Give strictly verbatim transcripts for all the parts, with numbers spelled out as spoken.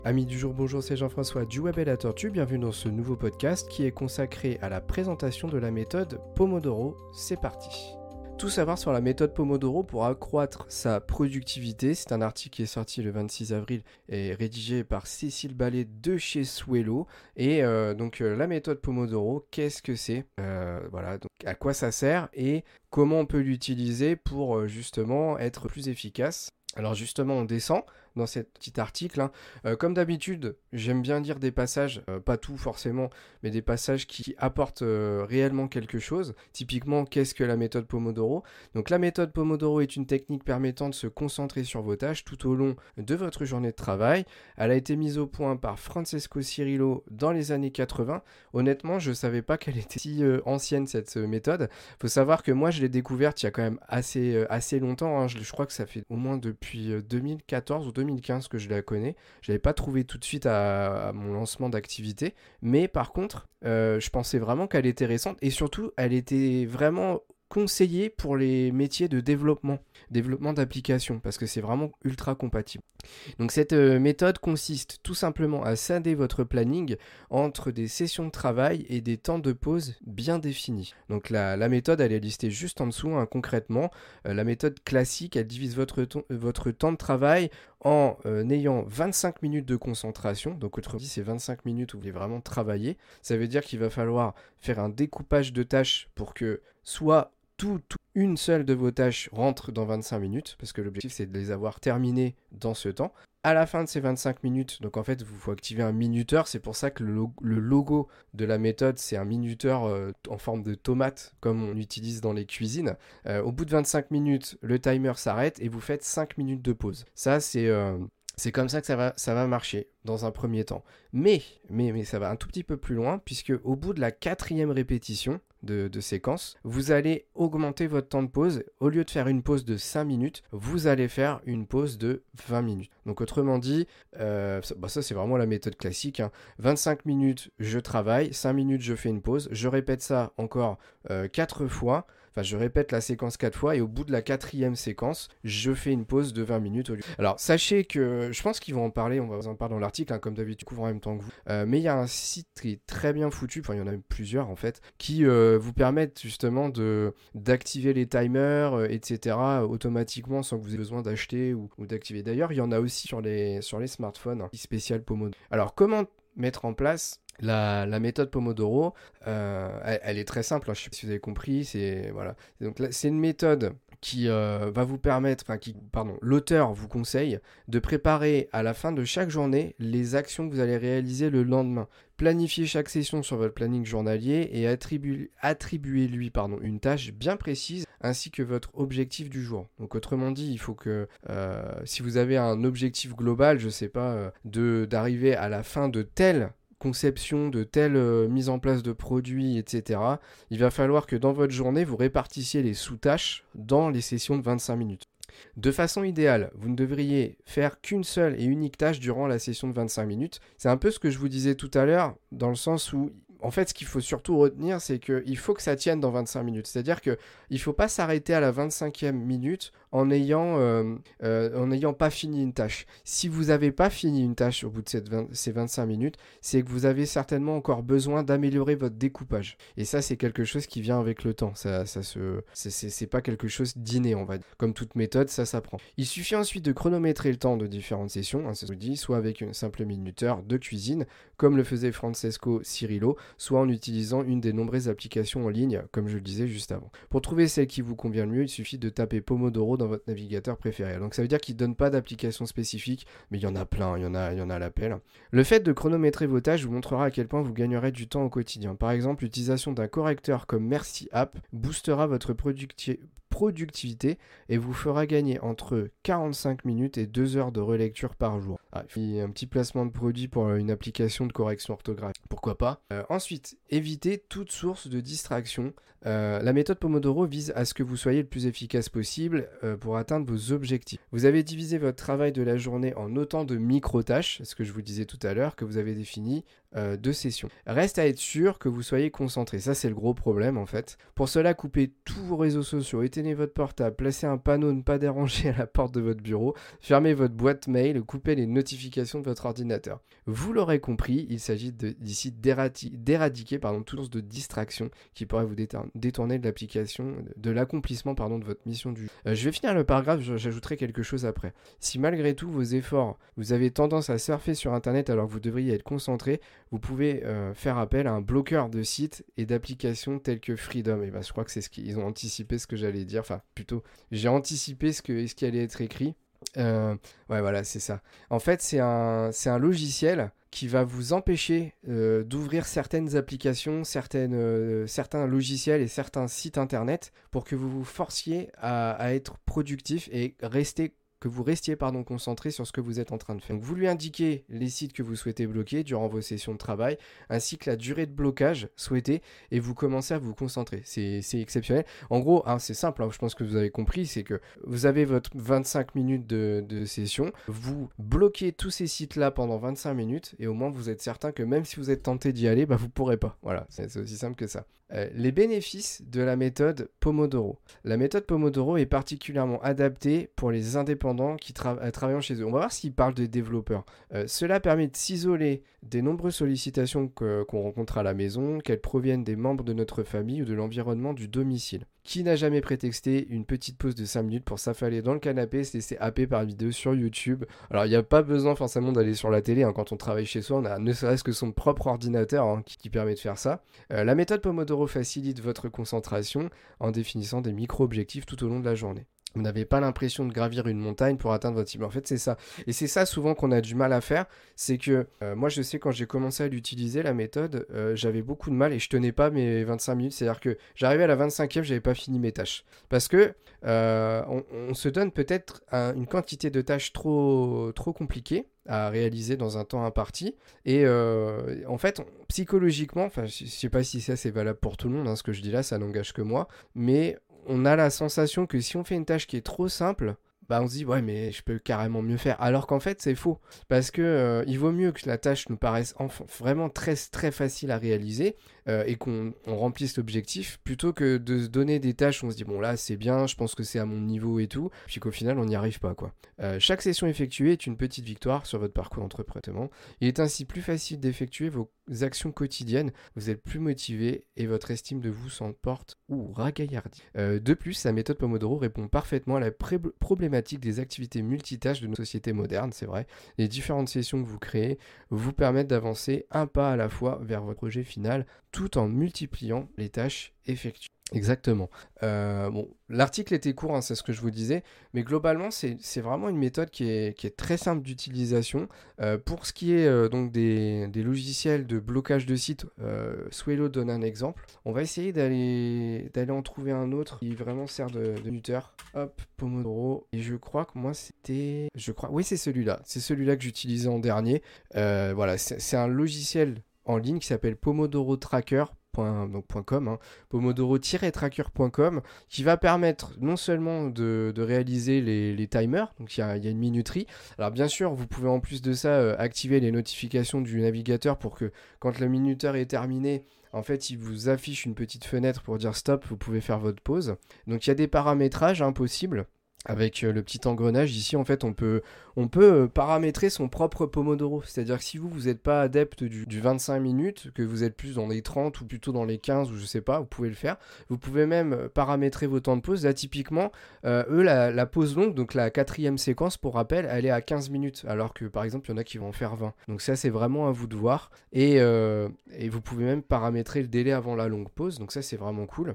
Amis du jour, bonjour, c'est Jean-François du Web et la Tortue, bienvenue dans ce nouveau podcast qui est consacré à la présentation de la méthode Pomodoro. C'est parti. Tout savoir sur la méthode Pomodoro pour accroître sa productivité, c'est un article qui est sorti le vingt-six avril et rédigé par Cécile Ballet de chez Swello. Et euh, donc euh, la méthode Pomodoro, qu'est-ce que c'est euh, Voilà, donc à quoi ça sert et comment on peut l'utiliser pour euh, justement être plus efficace. Alors justement, on descend dans cet petit article. Hein. Euh, comme d'habitude, j'aime bien dire des passages, euh, pas tout forcément, mais des passages qui apportent euh, réellement quelque chose. Typiquement, qu'est-ce que la méthode Pomodoro ? Donc la méthode Pomodoro est une technique permettant de se concentrer sur vos tâches tout au long de votre journée de travail. Elle a été mise au point par Francesco Cirillo dans les années quatre-vingts. Honnêtement, je ne savais pas qu'elle était si euh, ancienne cette euh, méthode. Il faut savoir que moi, je l'ai découverte il y a quand même assez, euh, assez longtemps. Hein. Je, je crois que ça fait au moins depuis euh, deux mille quatorze ou deux mille quinze que je la connais. Je l'avais pas trouvé tout de suite à, à mon lancement d'activité, mais par contre, euh, je pensais vraiment qu'elle était récente et surtout, elle était vraiment conseillée pour les métiers de développement, développement d'applications, parce que c'est vraiment ultra compatible. Donc cette euh, méthode consiste tout simplement à scinder votre planning entre des sessions de travail et des temps de pause bien définis. Donc la, la méthode, elle est listée juste en dessous, hein, concrètement. Euh, la méthode classique, elle divise votre, ton, votre temps de travail en euh, ayant vingt-cinq minutes de concentration. Donc autrement dit, c'est vingt-cinq minutes où vous voulez vraiment travailler. Ça veut dire qu'il va falloir faire un découpage de tâches pour que soit Tout, tout, une seule de vos tâches rentre dans vingt-cinq minutes, parce que l'objectif c'est de les avoir terminées dans ce temps. À la fin de ces vingt-cinq minutes, donc en fait, il faut activer un minuteur. C'est pour ça que le logo, le logo de la méthode, c'est un minuteur euh, en forme de tomate, comme on utilise dans les cuisines. Euh, au bout de vingt-cinq minutes, le timer s'arrête et vous faites cinq minutes de pause. Ça, c'est... Euh, C'est comme ça que ça va, ça va marcher dans un premier temps. Mais, mais, mais ça va un tout petit peu plus loin, puisque au bout de la quatrième répétition de, de séquence, vous allez augmenter votre temps de pause. Au lieu de faire une pause de cinq minutes, vous allez faire une pause de vingt minutes. Donc autrement dit, euh, ça, bah ça c'est vraiment la méthode classique. Hein. vingt-cinq minutes, je travaille, cinq minutes, je fais une pause. Je répète ça encore euh, quatre fois. Enfin, je répète la séquence quatre fois et au bout de la quatrième séquence, je fais une pause de vingt minutes au lieu. Alors, sachez que je pense qu'ils vont en parler, on va vous en parler dans l'article, hein, comme d'habitude, couvre en même temps que vous. Euh, mais il y a un site qui est très bien foutu, enfin, il y en a même plusieurs en fait, qui euh, vous permettent justement de, d'activer les timers, euh, et cetera automatiquement sans que vous ayez besoin d'acheter ou, ou d'activer. D'ailleurs, il y en a aussi sur les, sur les smartphones, hein, spécial Pomodoro. Alors, comment mettre en place La, la méthode Pomodoro, euh, elle, elle est très simple, hein, je ne sais pas si vous avez compris, c'est, voilà. Donc, là, c'est une méthode qui euh, va vous permettre, enfin, qui, pardon, l'auteur vous conseille de préparer à la fin de chaque journée les actions que vous allez réaliser le lendemain. Planifiez chaque session sur votre planning journalier et attribu- attribuez-lui pardon, une tâche bien précise ainsi que votre objectif du jour. Donc autrement dit, il faut que euh, si vous avez un objectif global, je ne sais pas, euh, de, d'arriver à la fin de tel conception de telle euh, mise en place de produits, et cetera, il va falloir que dans votre journée, vous répartissiez les sous-tâches dans les sessions de vingt-cinq minutes. De façon idéale, vous ne devriez faire qu'une seule et unique tâche durant la session de vingt-cinq minutes. C'est un peu ce que je vous disais tout à l'heure, dans le sens où, en fait, ce qu'il faut surtout retenir, c'est qu'il faut que ça tienne dans vingt-cinq minutes. C'est-à-dire qu'il ne faut pas s'arrêter à la vingt-cinquième minute en n'ayant euh, euh, en n'ayant pas fini une tâche. Si vous n'avez pas fini une tâche au bout de cette vingt, ces vingt-cinq minutes, c'est que vous avez certainement encore besoin d'améliorer votre découpage. Et ça, c'est quelque chose qui vient avec le temps. Ça, ça se, c'est, c'est, c'est pas quelque chose d'inné, on va dire. Comme toute méthode, ça s'apprend. Il suffit ensuite de chronométrer le temps de différentes sessions, hein, ça se dit, soit avec un simple minuteur de cuisine, comme le faisait Francesco Cirillo, soit en utilisant une des nombreuses applications en ligne, comme je le disais juste avant. Pour trouver celle qui vous convient le mieux, il suffit de taper Pomodoro dans votre navigateur préféré. Donc ça veut dire qu'il ne donne pas d'application spécifique, mais il y en a plein, il y en a, il y en a à l'appel. Le fait de chronométrer vos tâches vous montrera à quel point vous gagnerez du temps au quotidien. Par exemple, l'utilisation d'un correcteur comme Merci App boostera votre producti- productivité et vous fera gagner entre quarante-cinq minutes et deux heures de relecture par jour. Ah, il y a un petit placement de produit pour une application de correction orthographique. Pourquoi pas. Euh, ensuite, évitez toute source de distraction. Euh, la méthode Pomodoro vise à ce que vous soyez le plus efficace possible euh, pour atteindre vos objectifs. Vous avez divisé votre travail de la journée en autant de micro-tâches, ce que je vous disais tout à l'heure, que vous avez défini euh, de sessions. Reste à être sûr que vous soyez concentré. Ça, c'est le gros problème en fait. Pour cela, coupez tous vos réseaux sociaux et, éteignez votre portable, placez un panneau ne pas déranger à la porte de votre bureau, fermez votre boîte mail, coupez les notifications de votre ordinateur. Vous l'aurez compris, il s'agit de, d'ici d'éradi- d'éradiquer pardon, toute source de distraction qui pourrait vous déta- détourner de l'application, de l'accomplissement pardon, de votre mission du jour. Euh, je vais finir le paragraphe, j'ajouterai quelque chose après. Si malgré tout vos efforts, vous avez tendance à surfer sur Internet alors que vous devriez être concentré, vous pouvez euh, faire appel à un bloqueur de sites et d'applications tels que Freedom. Et ben, je crois que c'est ce qu'ils ont anticipé ce que j'allais dire, enfin plutôt j'ai anticipé ce, que, ce qui allait être écrit. Euh, ouais voilà c'est ça. En fait c'est un, c'est un logiciel qui va vous empêcher euh, d'ouvrir certaines applications, certaines, euh, certains logiciels et certains sites internet pour que vous vous forciez à, à être productif et rester que vous restiez pardon, concentré sur ce que vous êtes en train de faire. Donc vous lui indiquez les sites que vous souhaitez bloquer durant vos sessions de travail, ainsi que la durée de blocage souhaitée, et vous commencez à vous concentrer. C'est, c'est exceptionnel. En gros, hein, c'est simple, hein, je pense que vous avez compris, c'est que vous avez votre vingt-cinq minutes de, de session, vous bloquez tous ces sites-là pendant vingt-cinq minutes, et au moins vous êtes certain que même si vous êtes tenté d'y aller, bah, vous ne pourrez pas. Voilà, c'est, c'est aussi simple que ça. Euh, les bénéfices de la méthode Pomodoro. La méthode Pomodoro est particulièrement adaptée pour les indépendants qui tra- euh, travaillent chez eux. On va voir s'il parle de développeurs. Euh, cela permet de s'isoler des nombreuses sollicitations que, qu'on rencontre à la maison, qu'elles proviennent des membres de notre famille ou de l'environnement du domicile. Qui n'a jamais prétexté une petite pause de cinq minutes pour s'affaler dans le canapé, se laisser happer par une vidéo sur YouTube? Alors, il n'y a pas besoin forcément d'aller sur la télé. Hein. Quand on travaille chez soi, on a ne serait-ce que son propre ordinateur hein, qui, qui permet de faire ça. Euh, la méthode Pomodoro facilite votre concentration en définissant des micro-objectifs tout au long de la journée. Vous n'avez pas l'impression de gravir une montagne pour atteindre votre cible. En fait, c'est ça. Et c'est ça souvent qu'on a du mal à faire. C'est que euh, moi, je sais quand j'ai commencé à l'utiliser, la méthode, euh, j'avais beaucoup de mal et je tenais pas mes vingt-cinq minutes. C'est-à-dire que j'arrivais à la vingt-cinquième, j'avais pas fini mes tâches. Parce que euh, on, on se donne peut-être un, une quantité de tâches trop, trop compliquées à réaliser dans un temps imparti. Et euh, en fait, psychologiquement, enfin, je sais pas si ça c'est valable pour tout le monde, hein, ce que je dis là, ça n'engage que moi, mais on a la sensation que si on fait une tâche qui est trop simple, bah on se dit ouais mais je peux carrément mieux faire. Alors qu'en fait c'est faux. Parce que euh, il vaut mieux que la tâche nous paraisse enf- vraiment très, très facile à réaliser euh, et qu'on on remplisse l'objectif plutôt que de se donner des tâches où on se dit bon là c'est bien, je pense que c'est à mon niveau et tout, puis qu'au final on n'y arrive pas quoi. Euh, chaque session effectuée est une petite victoire sur votre parcours d'entrepreneuriat. Il est ainsi plus facile d'effectuer vos actions quotidiennes, vous êtes plus motivé et votre estime de vous s'emporte ou ragaillardie. Euh, de plus, la méthode Pomodoro répond parfaitement à la pré- problématique des activités multitâches de nos sociétés modernes, c'est vrai. Les différentes sessions que vous créez vous permettent d'avancer un pas à la fois vers votre projet final tout en multipliant les tâches effectuées. Exactement. Euh, bon, l'article était court, hein, c'est ce que je vous disais, mais globalement, c'est, c'est vraiment une méthode qui est, qui est très simple d'utilisation. Euh, pour ce qui est euh, donc des, des logiciels de blocage de site, euh, Swello donne un exemple. On va essayer d'aller, d'aller en trouver un autre qui vraiment sert de, de minuteur. Hop, Pomodoro. Et je crois que moi, c'était... Je crois... Oui, c'est celui-là. C'est celui-là que j'utilisais en dernier. Euh, voilà, c'est, c'est un logiciel en ligne qui s'appelle Pomodoro Tracker. Point, donc .com, hein, pomodoro-tracker point com, qui va permettre non seulement de, de réaliser les, les timers, donc il y a, y a une minuterie. Alors bien sûr, vous pouvez en plus de ça euh, activer les notifications du navigateur pour que quand le minuteur est terminé, en fait, il vous affiche une petite fenêtre pour dire stop, vous pouvez faire votre pause. Donc il y a des paramétrages hein, possibles. Avec le petit engrenage ici, en fait, on peut, on peut paramétrer son propre Pomodoro. C'est-à-dire que si vous, vous n'êtes pas adepte du, du vingt-cinq minutes, que vous êtes plus dans les trente ou plutôt dans les quinze ou je sais pas, vous pouvez le faire. Vous pouvez même paramétrer vos temps de pause. Là, typiquement, euh, eux, la, la pause longue, donc la quatrième séquence, pour rappel, elle est à quinze minutes. Alors que, par exemple, il y en a qui vont en faire vingt. Donc ça, c'est vraiment à vous de voir. Et, euh, et vous pouvez même paramétrer le délai avant la longue pause. Donc ça, c'est vraiment cool.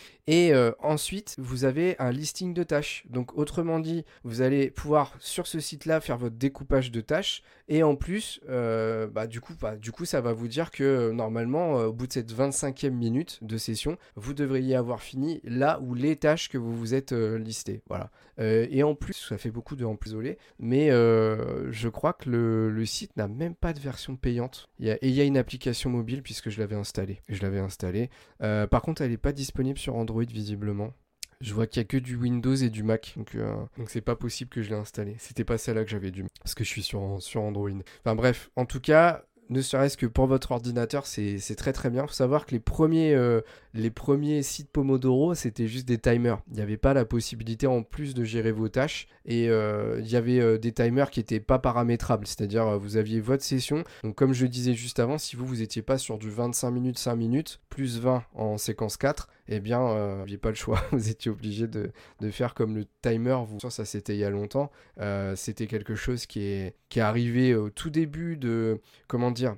Et euh, ensuite, vous avez un listing de tâches. Donc, autrement dit, vous allez pouvoir, sur ce site-là, faire votre découpage de tâches. Et en plus, euh, bah, du coup, bah, du coup, ça va vous dire que, euh, normalement, euh, au bout de cette vingt-cinquième minute de session, vous devriez avoir fini là où les tâches que vous vous êtes euh, listées. Voilà. Euh, et en plus, ça fait beaucoup de en plus désolé, mais euh, je crois que le, le site n'a même pas de version payante. Il y a, et il y a une application mobile, puisque je l'avais installée. Je l'avais installée. Euh, par contre, elle n'est pas disponible sur Android visiblement. Je vois qu'il n'y a que du Windows et du Mac, donc euh, donc c'est pas possible que je l'ai installé. C'était pas celle-là que j'avais dû, parce que je suis sur, sur Android. Enfin bref, en tout cas, ne serait-ce que pour votre ordinateur, c'est, c'est très très bien. Il faut savoir que les premiers, euh, les premiers sites Pomodoro, c'était juste des timers. Il n'y avait pas la possibilité en plus de gérer vos tâches. Et euh, il y avait euh, des timers qui n'étaient pas paramétrables. C'est-à-dire, euh, vous aviez votre session. Donc comme je le disais juste avant, si vous, vous n'étiez pas sur du vingt-cinq minutes, cinq minutes, plus vingt en séquence quatre, eh bien, euh, vous n'aviez pas le choix. Vous étiez obligé de, de faire comme le timer. Vous... Ça, c'était il y a longtemps. Euh, c'était quelque chose qui est, qui est arrivé au tout début de... Comment dire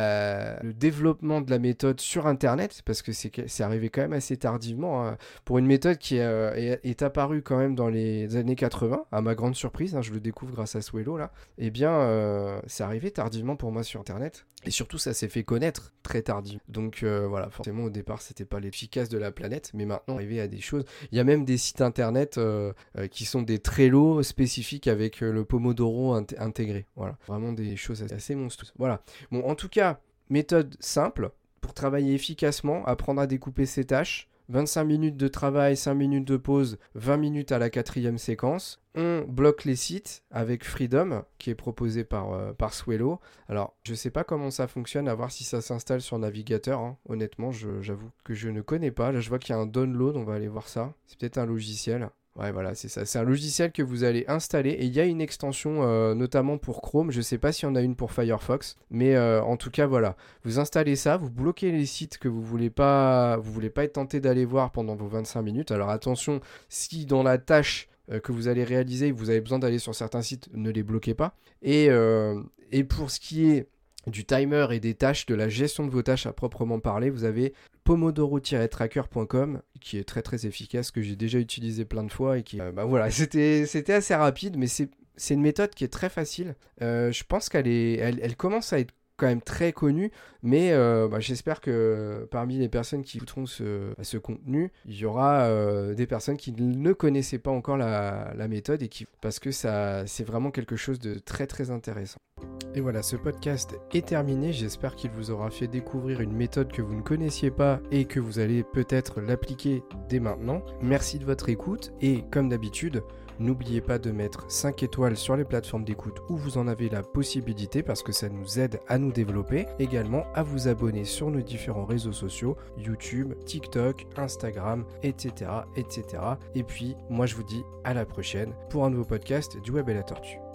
La, le développement de la méthode sur Internet, parce que c'est, c'est arrivé quand même assez tardivement, hein, pour une méthode qui euh, est, est apparue quand même dans les années quatre-vingts, à ma grande surprise, hein, je le découvre grâce à Swello, là, eh bien, euh, c'est arrivé tardivement pour moi sur Internet, et surtout, ça s'est fait connaître très tardivement. Donc, euh, voilà, forcément, au départ, c'était pas l'efficace de la planète, mais maintenant, on est arrivé à des choses. Il y a même des sites Internet euh, euh, qui sont des Trello spécifiques avec euh, le Pomodoro int- intégré. Voilà, vraiment des choses assez monstrueuses. Voilà. Bon, en tout cas, méthode simple pour travailler efficacement, apprendre à découper ses tâches. vingt-cinq minutes de travail, cinq minutes de pause, vingt minutes à la quatrième séquence. On bloque les sites avec Freedom, qui est proposé par, euh, par Swello. Alors, je ne sais pas comment ça fonctionne, à voir si ça s'installe sur navigateur. Hein. Honnêtement, je, j'avoue que je ne connais pas. Là, je vois qu'il y a un download, on va aller voir ça. C'est peut-être un logiciel. Ouais, voilà, c'est ça. C'est un logiciel que vous allez installer et il y a une extension euh, notamment pour Chrome. Je ne sais pas s'il y en a une pour Firefox, mais euh, en tout cas, voilà. Vous installez ça, vous bloquez les sites que vous voulez pas, vous voulez pas être tenté d'aller voir pendant vos vingt-cinq minutes. Alors attention, si dans la tâche euh, que vous allez réaliser, vous avez besoin d'aller sur certains sites, ne les bloquez pas. Et, euh, et pour ce qui est du timer et des tâches, de la gestion de vos tâches à proprement parler, vous avez pomodoro tiret tracker point com qui est très très efficace, que j'ai déjà utilisé plein de fois et qui, euh, bah voilà, c'était, c'était assez rapide, mais c'est, c'est une méthode qui est très facile. Euh, je pense qu'elle est, elle, elle commence à être quand même très connue, mais euh, bah, j'espère que parmi les personnes qui écouteront ce, ce contenu, il y aura euh, des personnes qui ne connaissaient pas encore la, la méthode et qui, parce que ça, c'est vraiment quelque chose de très très intéressant. Et voilà, ce podcast est terminé. J'espère qu'il vous aura fait découvrir une méthode que vous ne connaissiez pas et que vous allez peut-être l'appliquer dès maintenant. Merci de votre écoute et comme d'habitude, n'oubliez pas de mettre cinq étoiles sur les plateformes d'écoute où vous en avez la possibilité parce que ça nous aide à nous développer. Également à vous abonner sur nos différents réseaux sociaux, YouTube, TikTok, Instagram, et cetera, et cetera. Et puis, moi je vous dis à la prochaine pour un nouveau podcast du Web et la Tortue.